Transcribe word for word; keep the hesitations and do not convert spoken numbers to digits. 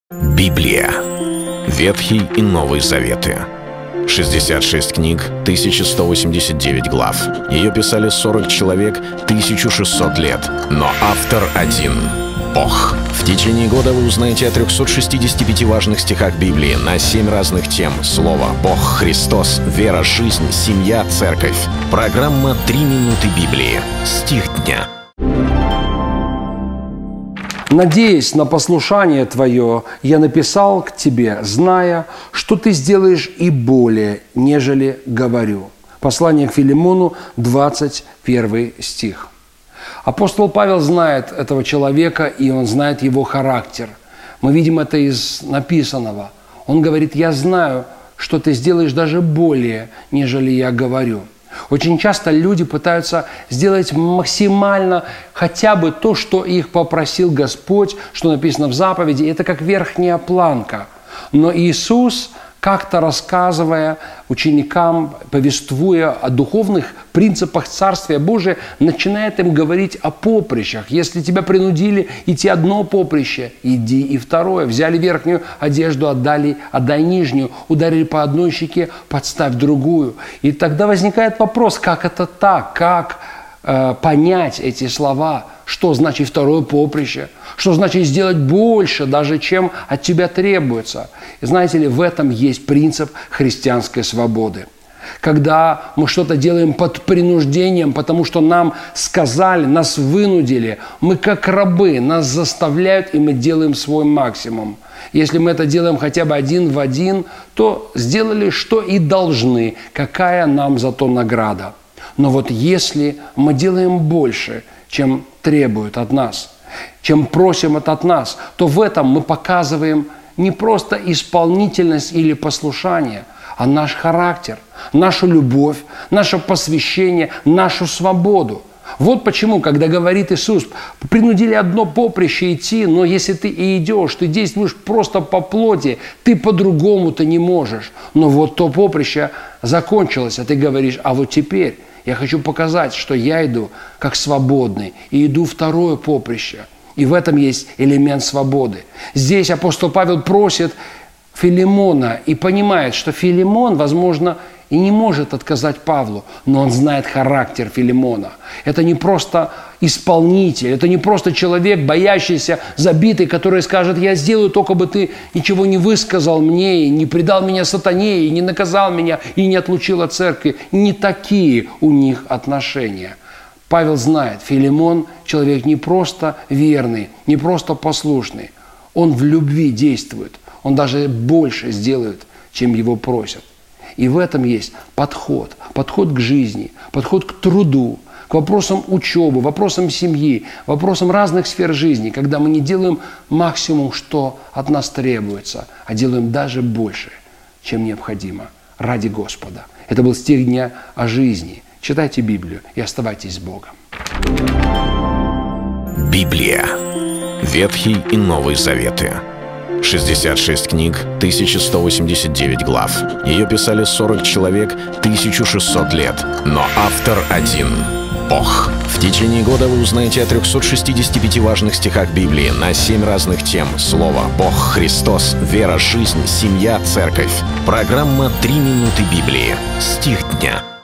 Библия. Ветхий и Новый Заветы. шестьдесят шесть книг, тысяча сто восемьдесят девять глав. Ее писали сорок человек, тысяча шестьсот лет. Но автор один — Бог. В течение года вы узнаете о трёхстах шестидесяти пяти важных стихах Библии на семь разных тем. Слово, Бог, Христос, вера, жизнь, семья, церковь. Программа «Три минуты Библии». Стих дня. «Надеясь на послушание Твое, я написал к Тебе, зная, что Ты сделаешь и более, нежели говорю». Послание к Филимону, двадцать первый стих. Апостол Павел знает этого человека, и он знает его характер. Мы видим это из написанного. Он говорит: «Я знаю, что Ты сделаешь даже более, нежели я говорю». Очень часто люди пытаются сделать максимально хотя бы то, что их попросил Господь, что написано в заповеди. Это как верхняя планка. Но Иисус, как-то рассказывая ученикам, повествуя о духовных принципах Царствия Божия, начинает им говорить о поприщах. Если тебя принудили идти одно поприще, иди и второе. Взяли верхнюю одежду, отдали, отдай нижнюю. Ударили по одной щеке, подставь другую. И тогда возникает вопрос, как это так? Как э, понять эти слова? Что значит второе поприще? Что значит сделать больше, даже чем от тебя требуется? И знаете ли, в этом есть принцип христианской свободы. Когда мы что-то делаем под принуждением, потому что нам сказали, нас вынудили, мы как рабы, нас заставляют, и мы делаем свой максимум. Если мы это делаем хотя бы один в один, то сделали, что и должны. Какая нам за то награда? Но вот если мы делаем больше, чем требуют от нас, чем просим это от нас, то в этом мы показываем не просто исполнительность или послушание, а наш характер, нашу любовь, наше посвящение, нашу свободу. Вот почему, когда говорит Иисус, принудили одно поприще идти, но если ты и идешь, ты действуешь просто по плоти, ты по-другому-то не можешь. Но вот то поприще закончилось, а ты говоришь: а вот теперь я хочу показать, что я иду как свободный, и иду второе поприще. И в этом есть элемент свободы. Здесь апостол Павел просит Филимона и понимает, что Филимон, возможно, и не может отказать Павлу, но он знает характер Филимона. Это не просто исполнитель, это не просто человек, боящийся, забитый, который скажет: я сделаю, только бы ты ничего не высказал мне, и не предал меня сатане, и не наказал меня, и не отлучил от церкви. Не такие у них отношения. Павел знает, Филимон человек не просто верный, не просто послушный. Он в любви действует, он даже больше сделает, чем его просят. И в этом есть подход, подход к жизни, подход к труду, к вопросам учебы, вопросам семьи, вопросам разных сфер жизни, когда мы не делаем максимум, что от нас требуется, а делаем даже больше, чем необходимо, ради Господа. Это был стих дня о жизни. Читайте Библию и оставайтесь с Богом. Библия. Ветхий и Новый Заветы. шестьдесят шесть книг, тысяча сто восемьдесят девять глав. Ее писали сорок человек, тысяча шестьсот лет. Но автор один — Бог. В течение года вы узнаете о трёхстах шестидесяти пяти важных стихах Библии на семь разных тем. Слово, Бог, Христос, вера, жизнь, семья, церковь. Программа «Три минуты Библии». Стих дня.